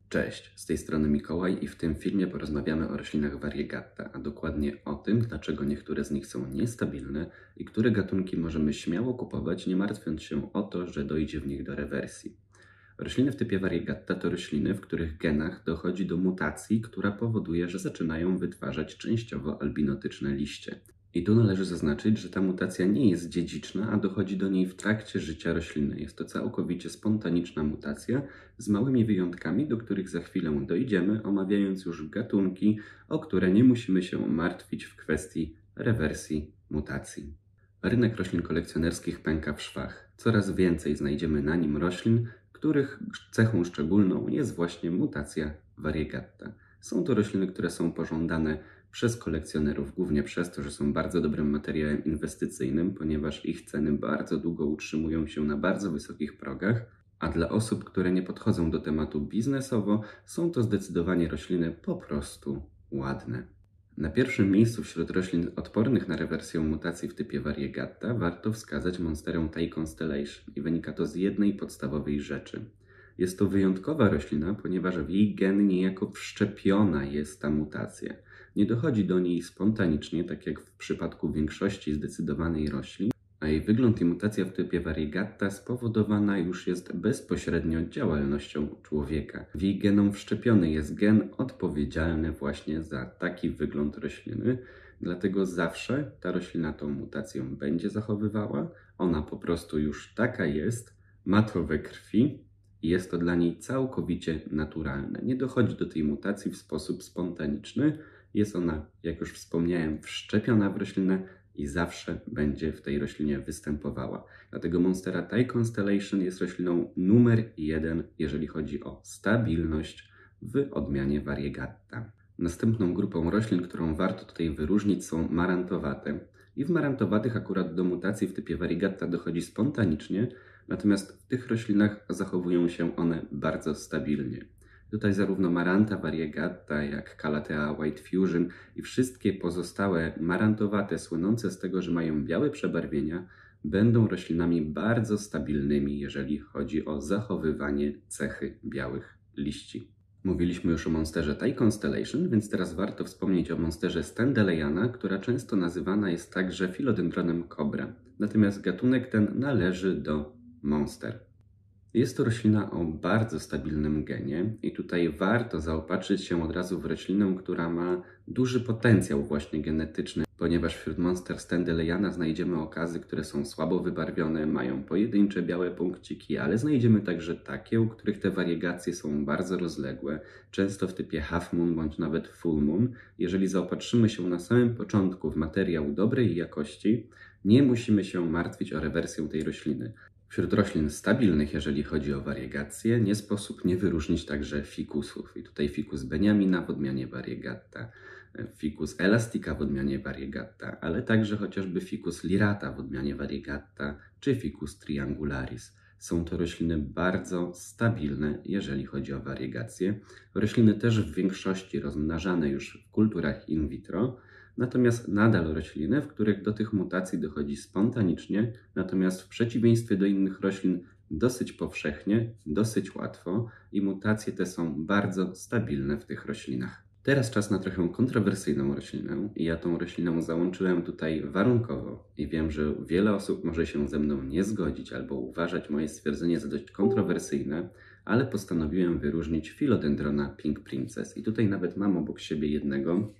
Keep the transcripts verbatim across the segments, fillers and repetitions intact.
Cześć, z tej strony Mikołaj i w tym filmie porozmawiamy o roślinach Variegatta, a dokładnie o tym, dlaczego niektóre z nich są niestabilne i które gatunki możemy śmiało kupować, nie martwiąc się o to, że dojdzie w nich do rewersji. Rośliny w typie Variegatta to rośliny, w których genach dochodzi do mutacji, która powoduje, że zaczynają wytwarzać częściowo albinotyczne liście. I tu należy zaznaczyć, że ta mutacja nie jest dziedziczna, a dochodzi do niej w trakcie życia rośliny. Jest to całkowicie spontaniczna mutacja z małymi wyjątkami, do których za chwilę dojdziemy, omawiając już gatunki, o które nie musimy się martwić w kwestii rewersji mutacji. Rynek roślin kolekcjonerskich pęka w szwach. Coraz więcej znajdziemy na nim roślin, których cechą szczególną jest właśnie mutacja Variegatta. Są to rośliny, które są pożądane przez kolekcjonerów, głównie przez to, że są bardzo dobrym materiałem inwestycyjnym, ponieważ ich ceny bardzo długo utrzymują się na bardzo wysokich progach, a dla osób, które nie podchodzą do tematu biznesowo, są to zdecydowanie rośliny po prostu ładne. Na pierwszym miejscu wśród roślin odpornych na rewersję mutacji w typie Variegatta warto wskazać monsterę Thai Constellation i wynika to z jednej podstawowej rzeczy. Jest to wyjątkowa roślina, ponieważ w jej gen niejako wszczepiona jest ta mutacja. Nie dochodzi do niej spontanicznie, tak jak w przypadku większości zdecydowanej roślin, a jej wygląd i mutacja w typie Variegatta spowodowana już jest bezpośrednio działalnością człowieka. W jej genom wszczepiony jest gen odpowiedzialny właśnie za taki wygląd rośliny, dlatego zawsze ta roślina tą mutację będzie zachowywała, ona po prostu już taka jest, ma to we krwi i jest to dla niej całkowicie naturalne. Nie dochodzi do tej mutacji w sposób spontaniczny, jest ona, jak już wspomniałem, wszczepiona w roślinę i zawsze będzie w tej roślinie występowała. Dlatego monstera Thai Constellation jest rośliną numer jeden, jeżeli chodzi o stabilność w odmianie Variegatta. Następną grupą roślin, którą warto tutaj wyróżnić, są marantowate. I w marantowatych akurat do mutacji w typie Variegatta dochodzi spontanicznie, natomiast w tych roślinach zachowują się one bardzo stabilnie. Tutaj zarówno Maranta Variegatta, jak Calathea White Fusion i wszystkie pozostałe marantowate słynące z tego, że mają białe przebarwienia, będą roślinami bardzo stabilnymi, jeżeli chodzi o zachowywanie cechy białych liści. Mówiliśmy już o monsterze Thai Constellation, więc teraz warto wspomnieć o monsterze Standaleyana, która często nazywana jest także Philodendronem Cobra. Natomiast gatunek ten należy do monster. Jest to roślina o bardzo stabilnym genie i tutaj warto zaopatrzyć się od razu w roślinę, która ma duży potencjał właśnie genetyczny, ponieważ wśród monster Standaleyana znajdziemy okazy, które są słabo wybarwione, mają pojedyncze białe punkciki, ale znajdziemy także takie, u których te wariegacje są bardzo rozległe, często w typie half moon bądź nawet full moon. Jeżeli zaopatrzymy się na samym początku w materiał dobrej jakości, nie musimy się martwić o rewersję tej rośliny. Wśród roślin stabilnych, jeżeli chodzi o wariegacje, nie sposób nie wyróżnić także fikusów. I tutaj ficus Beniamina w odmianie Variegatta, ficus elastica w odmianie Variegatta, ale także chociażby ficus lirata w odmianie Variegatta czy ficus triangularis. Są to rośliny bardzo stabilne, jeżeli chodzi o wariegacje. Rośliny też w większości rozmnażane już w kulturach in vitro, natomiast nadal rośliny, w których do tych mutacji dochodzi spontanicznie, natomiast w przeciwieństwie do innych roślin dosyć powszechnie, dosyć łatwo i mutacje te są bardzo stabilne w tych roślinach. Teraz czas na trochę kontrowersyjną roślinę i ja tą roślinę załączyłem tutaj warunkowo i wiem, że wiele osób może się ze mną nie zgodzić albo uważać moje stwierdzenie za dość kontrowersyjne, ale postanowiłem wyróżnić Philodendrona Pink Princess i tutaj nawet mam obok siebie jednego,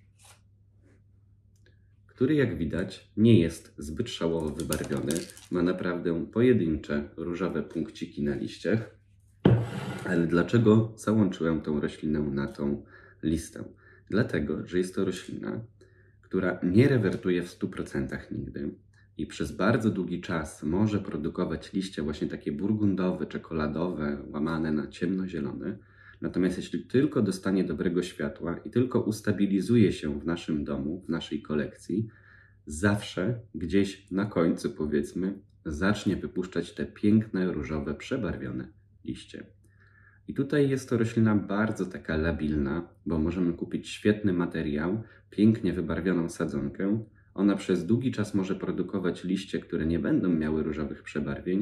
który jak widać nie jest zbyt szałowo wybarwiony, ma naprawdę pojedyncze różowe punkciki na liściach. Ale dlaczego załączyłem tą roślinę na tą listę? Dlatego, że jest to roślina, która nie rewertuje w stu procentach nigdy i przez bardzo długi czas może produkować liście właśnie takie burgundowe, czekoladowe, łamane na ciemnozielone. Natomiast jeśli tylko dostanie dobrego światła i tylko ustabilizuje się w naszym domu, w naszej kolekcji, zawsze gdzieś na końcu, powiedzmy, zacznie wypuszczać te piękne, różowe, przebarwione liście. I tutaj jest to roślina bardzo taka labilna, bo możemy kupić świetny materiał, pięknie wybarwioną sadzonkę. Ona przez długi czas może produkować liście, które nie będą miały różowych przebarwień,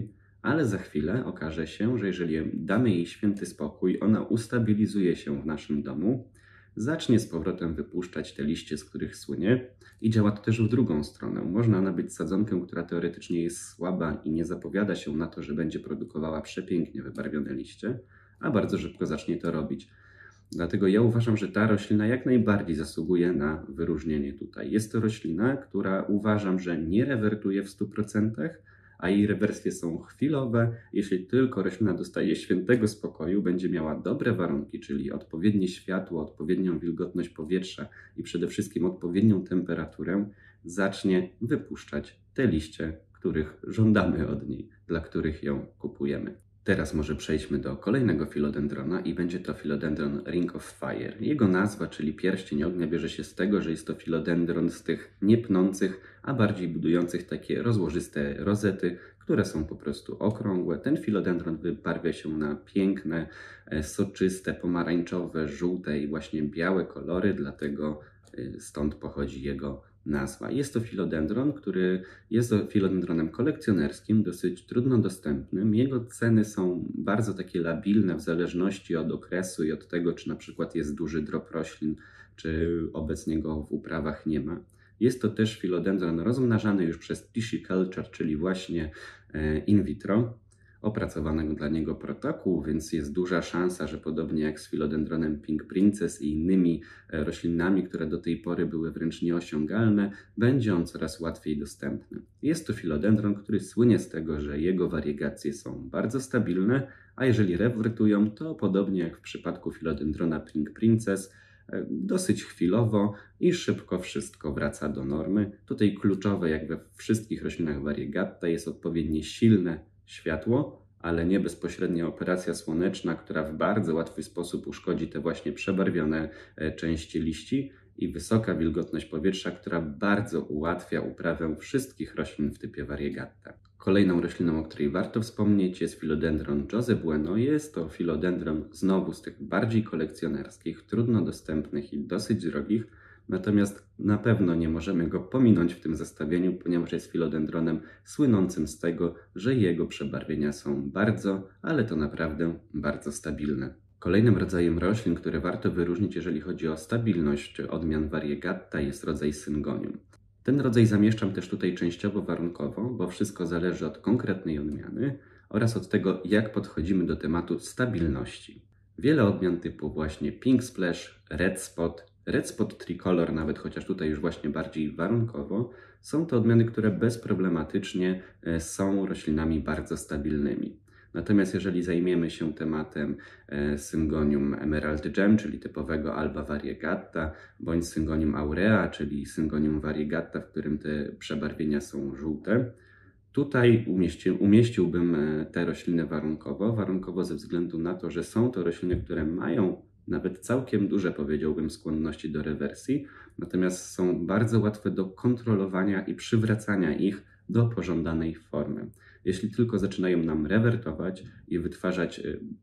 ale za chwilę okaże się, że jeżeli damy jej święty spokój, ona ustabilizuje się w naszym domu, zacznie z powrotem wypuszczać te liście, z których słynie i działa to też w drugą stronę. Można nabyć sadzonkę, która teoretycznie jest słaba i nie zapowiada się na to, że będzie produkowała przepięknie wybarwione liście, a bardzo szybko zacznie to robić. Dlatego ja uważam, że ta roślina jak najbardziej zasługuje na wyróżnienie tutaj. Jest to roślina, która uważam, że nie rewertuje w stu procentach, a jej rewersje są chwilowe. Jeśli tylko roślina dostaje świętego spokoju, będzie miała dobre warunki, czyli odpowiednie światło, odpowiednią wilgotność powietrza i przede wszystkim odpowiednią temperaturę, zacznie wypuszczać te liście, których żądamy od niej, dla których ją kupujemy. Teraz może przejdźmy do kolejnego filodendrona i będzie to filodendron Ring of Fire. Jego nazwa, czyli pierścień ognia, bierze się z tego, że jest to filodendron z tych niepnących, a bardziej budujących takie rozłożyste rozety, które są po prostu okrągłe. Ten filodendron wybarwia się na piękne, soczyste, pomarańczowe, żółte i właśnie białe kolory, dlatego stąd pochodzi jego nazwa. Jest to filodendron, który jest filodendronem kolekcjonerskim, dosyć trudno dostępnym. Jego ceny są bardzo takie labilne w zależności od okresu i od tego, czy na przykład jest duży drop roślin, czy obecnie go w uprawach nie ma. Jest to też filodendron rozmnażany już przez pisciculture, czyli właśnie in vitro, opracowanego dla niego protokół, więc jest duża szansa, że podobnie jak z filodendronem Pink Princess i innymi roślinami, które do tej pory były wręcz nieosiągalne, będzie on coraz łatwiej dostępny. Jest to filodendron, który słynie z tego, że jego wariegacje są bardzo stabilne, a jeżeli rewertują, to podobnie jak w przypadku filodendrona Pink Princess, dosyć chwilowo i szybko wszystko wraca do normy. Tutaj kluczowe, jak we wszystkich roślinach variegatta, jest odpowiednie silne światło, ale nie bezpośrednia operacja słoneczna, która w bardzo łatwy sposób uszkodzi te właśnie przebarwione części liści, i wysoka wilgotność powietrza, która bardzo ułatwia uprawę wszystkich roślin w typie variegatta. Kolejną rośliną, o której warto wspomnieć, jest filodendron Jose Bueno. Jest to filodendron znowu z tych bardziej kolekcjonerskich, trudno dostępnych i dosyć drogich, natomiast na pewno nie możemy go pominąć w tym zestawieniu, ponieważ jest filodendronem słynącym z tego, że jego przebarwienia są bardzo, ale to naprawdę bardzo stabilne. Kolejnym rodzajem roślin, które warto wyróżnić, jeżeli chodzi o stabilność odmian variegatta, jest rodzaj Syngonium. Ten rodzaj zamieszczam też tutaj częściowo warunkowo, bo wszystko zależy od konkretnej odmiany oraz od tego, jak podchodzimy do tematu stabilności. Wiele odmian typu właśnie Pink Splash, Red Spot, Red Spot Tricolor nawet, chociaż tutaj już właśnie bardziej warunkowo, są to odmiany, które bezproblematycznie są roślinami bardzo stabilnymi. Natomiast jeżeli zajmiemy się tematem Syngonium Emerald Gem, czyli typowego Alba variegatta, bądź Syngonium aurea, czyli Syngonium variegatta, w którym te przebarwienia są żółte, tutaj umieści, umieściłbym te rośliny warunkowo, warunkowo ze względu na to, że są to rośliny, które mają nawet całkiem duże, powiedziałbym, skłonności do rewersji, natomiast są bardzo łatwe do kontrolowania i przywracania ich do pożądanej formy. Jeśli tylko zaczynają nam rewertować i wytwarzać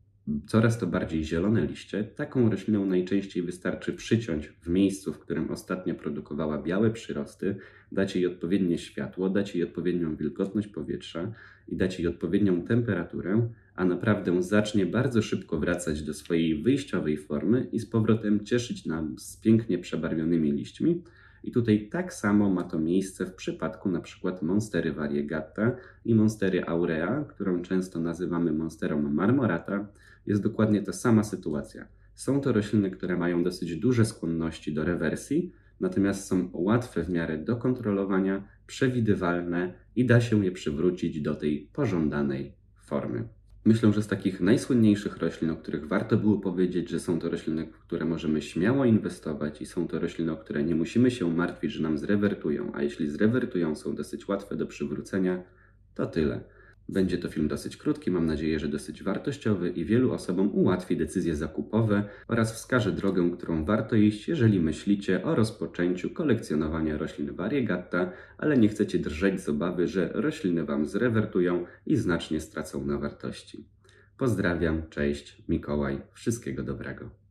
coraz to bardziej zielone liście, taką rośliną najczęściej wystarczy przyciąć w miejscu, w którym ostatnio produkowała białe przyrosty, dać jej odpowiednie światło, dać jej odpowiednią wilgotność powietrza i dać jej odpowiednią temperaturę, a naprawdę zacznie bardzo szybko wracać do swojej wyjściowej formy i z powrotem cieszyć nam z pięknie przebarwionymi liśćmi. I tutaj tak samo ma to miejsce w przypadku na przykład Monstery variegatta i Monstery aurea, którą często nazywamy Monsterą marmorata. Jest dokładnie ta sama sytuacja. Są to rośliny, które mają dosyć duże skłonności do rewersji, natomiast są łatwe w miarę do kontrolowania, przewidywalne i da się je przywrócić do tej pożądanej formy. Myślę, że z takich najsłynniejszych roślin, o których warto było powiedzieć, że są to rośliny, w które możemy śmiało inwestować i są to rośliny, o które nie musimy się martwić, że nam zrewertują, a jeśli zrewertują, są dosyć łatwe do przywrócenia, to tyle. Będzie to film dosyć krótki, mam nadzieję, że dosyć wartościowy i wielu osobom ułatwi decyzje zakupowe oraz wskaże drogę, którą warto iść, jeżeli myślicie o rozpoczęciu kolekcjonowania roślin variegatta, ale nie chcecie drżeć z obawy, że rośliny Wam zrewertują i znacznie stracą na wartości. Pozdrawiam, cześć, Mikołaj, wszystkiego dobrego.